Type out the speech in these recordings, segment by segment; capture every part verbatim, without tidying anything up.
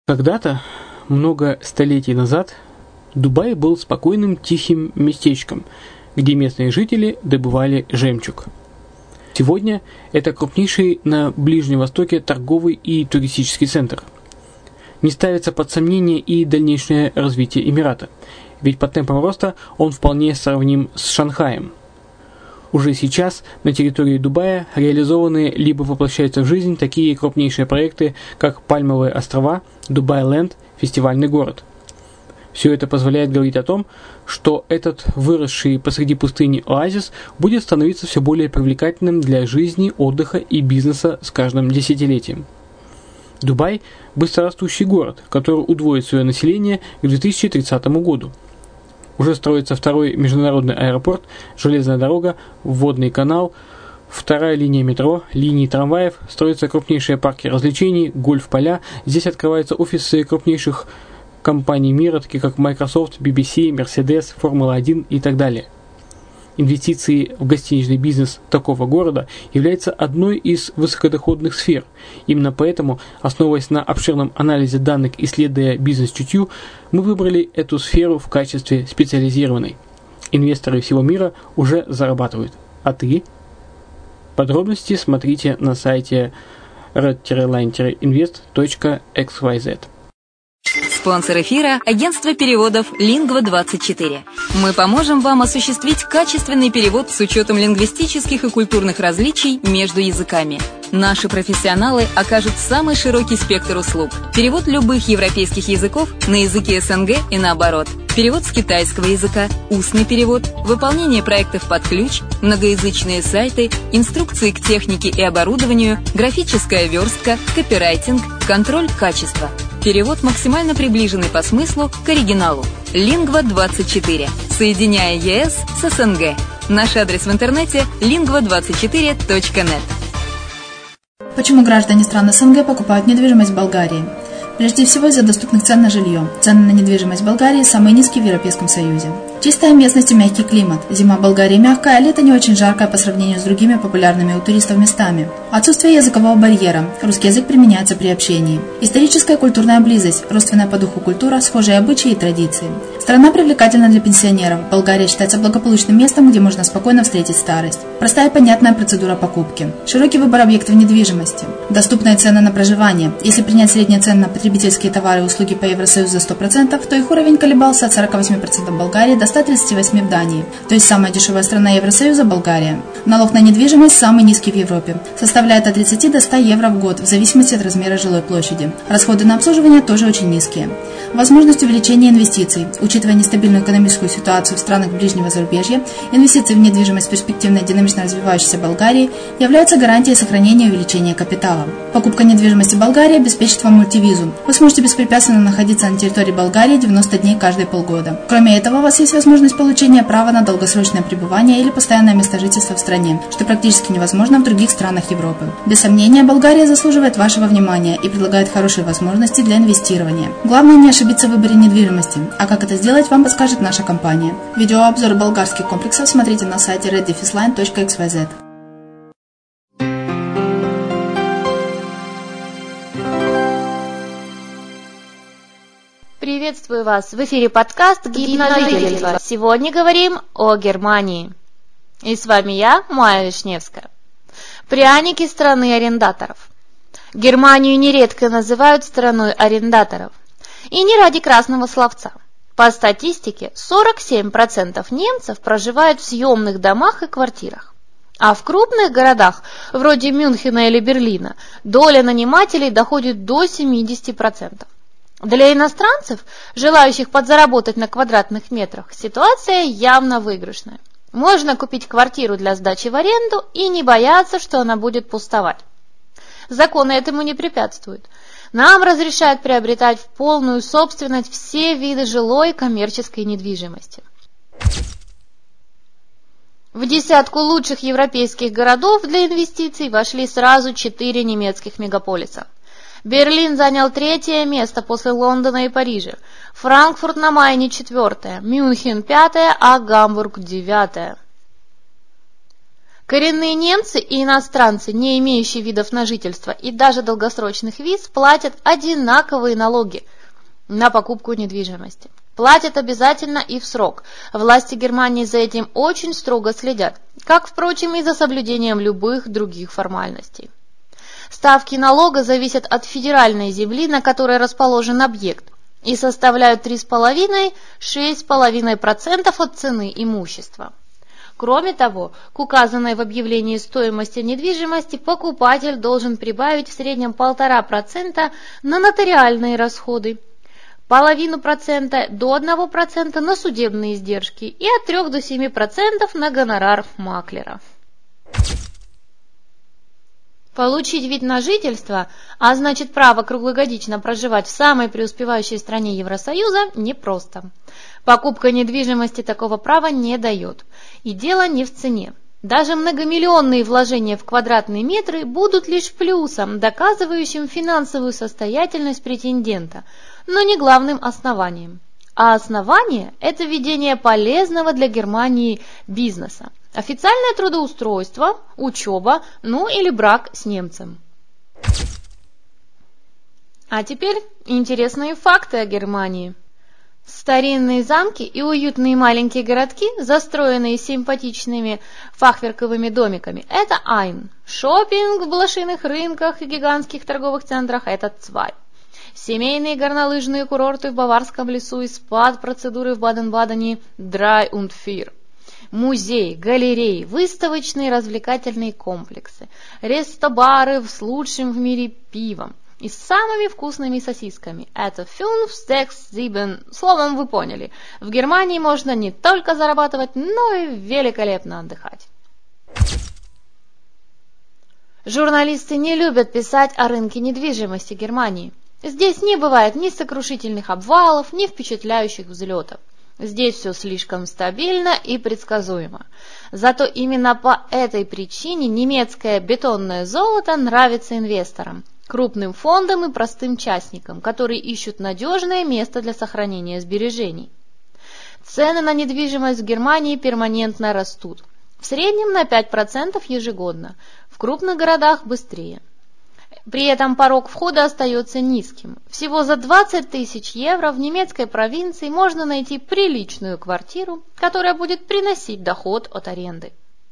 Когда-то, много столетий назад, Дубай был спокойным тихим местечком, где местные жители добывали жемчуг. Сегодня это крупнейший на Ближнем Востоке торговый и туристический центр. Не ставится под сомнение и дальнейшее развитие Эмирата, ведь по темпам роста он вполне сравним с Шанхаем. Уже сейчас на территории Дубая реализованы либо воплощаются в жизнь такие крупнейшие проекты, как Пальмовые острова, Дубай-Ленд, фестивальный город. Все это позволяет говорить о том, что этот выросший посреди пустыни оазис будет становиться все более привлекательным для жизни, отдыха и бизнеса с каждым десятилетием. Дубай – быстрорастущий город, который удвоит свое население к две тысячи тридцатому году. Уже строится второй международный аэропорт, железная дорога, водный канал, вторая линия метро, линии трамваев, строятся крупнейшие парки развлечений, гольф-поля. Здесь открываются офисы крупнейших компаний мира, таких как Microsoft, би би си, Mercedes, Формула один и так далее. Инвестиции в гостиничный бизнес такого города являются одной из высокодоходных сфер. Именно поэтому, основываясь на обширном анализе данных, исследуя бизнес-чутью, мы выбрали эту сферу в качестве специализированной. Инвесторы всего мира уже зарабатывают. А ты? Подробности смотрите на сайте red line invest точка экс уай зет. Спонсор эфира – агентство переводов лингва двадцать четыре. Мы поможем вам осуществить качественный перевод с учетом лингвистических и культурных различий между языками. Наши профессионалы окажут самый широкий спектр услуг. Перевод любых европейских языков на языки эс эн гэ и наоборот. Перевод с китайского языка, устный перевод, выполнение проектов под ключ, многоязычные сайты, инструкции к технике и оборудованию, графическая верстка, копирайтинг, контроль качества. Перевод максимально приближенный по смыслу к оригиналу. лингва двадцать четыре. Соединяя е эс с эс эн гэ. Наш адрес в интернете лингва двадцать четыре точка нет. Почему граждане стран эс эн гэ покупают недвижимость в Болгарии? Прежде всего из-за доступных цен на жилье. Цены на недвижимость в Болгарии самые низкие в Европейском Союзе. Чистая местность и мягкий климат. Зима в Болгарии мягкая, а лето не очень жаркое по сравнению с другими популярными у туристов местами. Отсутствие языкового барьера. Русский язык применяется при общении. Историческая и культурная близость. Родственная по духу культура, схожие обычаи и традиции. Страна привлекательна для пенсионеров. Болгария считается благополучным местом, где можно спокойно встретить старость. Простая и понятная процедура покупки. Широкий выбор объектов недвижимости. Доступные цены на проживание. Если принять средние цены на потребительские товары и услуги по Евросоюзу за сто процентов, то их уровень колебался от сорок восемь процентов в Болгарии до ста тридцати восьми процентов в Дании. То есть самая дешевая страна Евросоюза – Болгария. Налог на недвижимость самый низкий в Европе. Составляет от тридцати до ста евро в год, в зависимости от размера жилой площади. Расходы на обслуживание тоже очень низкие. Возможность увеличения инвестиций. Учитывая нестабильную экономическую ситуацию в странах ближнего зарубежья, инвестиции в недвижимость перспективной и динамично развивающейся Болгарии являются гарантией сохранения и увеличения капитала. Покупка недвижимости в Болгарии обеспечит вам мультивизу. Вы сможете беспрепятственно находиться на территории Болгарии девяносто дней каждые полгода. Кроме этого, у вас есть возможность получения права на долгосрочное пребывание или постоянное место жительства в стране, что практически невозможно в других странах Европы. Без сомнения, Болгария заслуживает вашего внимания и предлагает хорошие возможности для инвестирования. Главное не ошибиться в выборе недвижимости, а как это сделать, вам подскажет наша компания. Видеообзор болгарских комплексов смотрите на сайте red line точка экс уай зет. Приветствую вас! В эфире подкаст «Гипножительство». Сегодня говорим о Германии. И с вами я, Майя Вишневская. Пряники страны арендаторов. Германию нередко называют страной арендаторов. И не ради красного словца. По статистике, сорок семь процентов немцев проживают в съемных домах и квартирах. А в крупных городах, вроде Мюнхена или Берлина, доля нанимателей доходит до семидесяти процентов. Для иностранцев, желающих подзаработать на квадратных метрах, ситуация явно выигрышная. Можно купить квартиру для сдачи в аренду и не бояться, что она будет пустовать. Законы этому не препятствуют. Нам разрешают приобретать в полную собственность все виды жилой и коммерческой недвижимости. В десятку лучших европейских городов для инвестиций вошли сразу четыре немецких мегаполиса. Берлин занял третье место после Лондона и Парижа, Франкфурт на Майне четвертое, Мюнхен пятое, а Гамбург девятое. Коренные немцы и иностранцы, не имеющие видов на жительство и даже долгосрочных виз, платят одинаковые налоги на покупку недвижимости. Платят обязательно и в срок. Власти Германии за этим очень строго следят, как, впрочем, и за соблюдением любых других формальностей. Ставки налога зависят от федеральной земли, на которой расположен объект, и составляют три с половиной — шесть с половиной процентов от цены имущества. Кроме того, к указанной в объявлении стоимости недвижимости покупатель должен прибавить в среднем полтора процента на нотариальные расходы, половину процента до одного процента на судебные издержки и от трёх до семи процентов на гонорар маклера. Получить вид на жительство, а значит право круглогодично проживать в самой преуспевающей стране Евросоюза, непросто. Покупка недвижимости такого права не дает. И дело не в цене. Даже многомиллионные вложения в квадратные метры будут лишь плюсом, доказывающим финансовую состоятельность претендента, но не главным основанием. А основание – это ведение полезного для Германии бизнеса. Официальное трудоустройство, учеба, ну или брак с немцем. А теперь интересные факты о Германии. Старинные замки и уютные маленькие городки, застроенные симпатичными фахверковыми домиками, это ein. Шопинг в блошиных рынках и гигантских торговых центрах – это zwei. Семейные горнолыжные курорты в Баварском лесу и спа-процедуры в Баден-Бадене – drei und vier. Музеи, галереи, выставочные развлекательные комплексы, рестобары с лучшим в мире пивом и с самыми вкусными сосисками. Это fünf, sechs, sieben. Словом, вы поняли. В Германии можно не только зарабатывать, но и великолепно отдыхать. Журналисты не любят писать о рынке недвижимости Германии. Здесь не бывает ни сокрушительных обвалов, ни впечатляющих взлетов. Здесь все слишком стабильно и предсказуемо. Зато именно по этой причине немецкое бетонное золото нравится инвесторам, крупным фондам и простым частникам, которые ищут надежное место для сохранения сбережений. Цены на недвижимость в Германии перманентно растут, в среднем на пять процентов ежегодно, в крупных городах быстрее. При этом порог входа остается низким. Всего за двадцать тысяч евро в немецкой провинции можно найти приличную квартиру, которая будет приносить доход от аренды.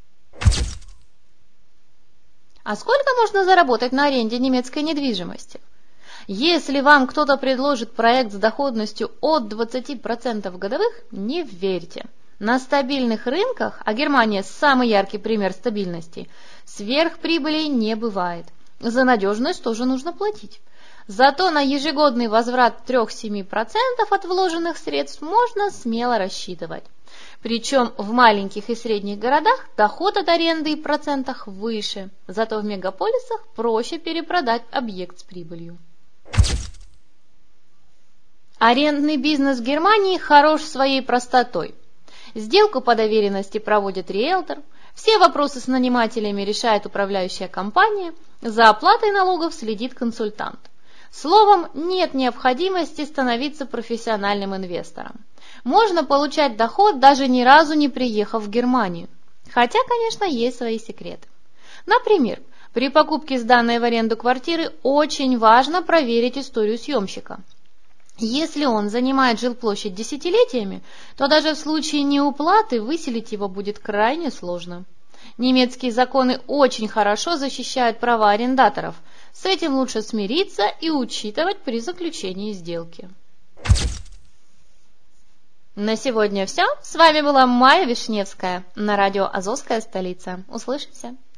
А сколько можно заработать на аренде немецкой недвижимости? Если вам кто-то предложит проект с доходностью от двадцати процентов годовых, не верьте. На стабильных рынках, а Германия самый яркий пример стабильности, сверхприбылей не бывает. За надежность тоже нужно платить. Зато на ежегодный возврат три-семь процентов от вложенных средств можно смело рассчитывать. Причем в маленьких и средних городах доход от аренды и процентах выше, зато в мегаполисах проще перепродать объект с прибылью. Арендный бизнес в Германии хорош своей простотой. Сделку по доверенности проводит риэлтор, все вопросы с нанимателями решает управляющая компания, за оплатой налогов следит консультант. Словом, нет необходимости становиться профессиональным инвестором. Можно получать доход, даже ни разу не приехав в Германию. Хотя, конечно, есть свои секреты. Например, при покупке сданной в аренду квартиры очень важно проверить историю съемщика. Если он занимает жилплощадь десятилетиями, то даже в случае неуплаты выселить его будет крайне сложно. Немецкие законы очень хорошо защищают права арендаторов. С этим лучше смириться и учитывать при заключении сделки. На сегодня все. С вами была Майя Вишневская на радио «Азовская столица». Услышимся!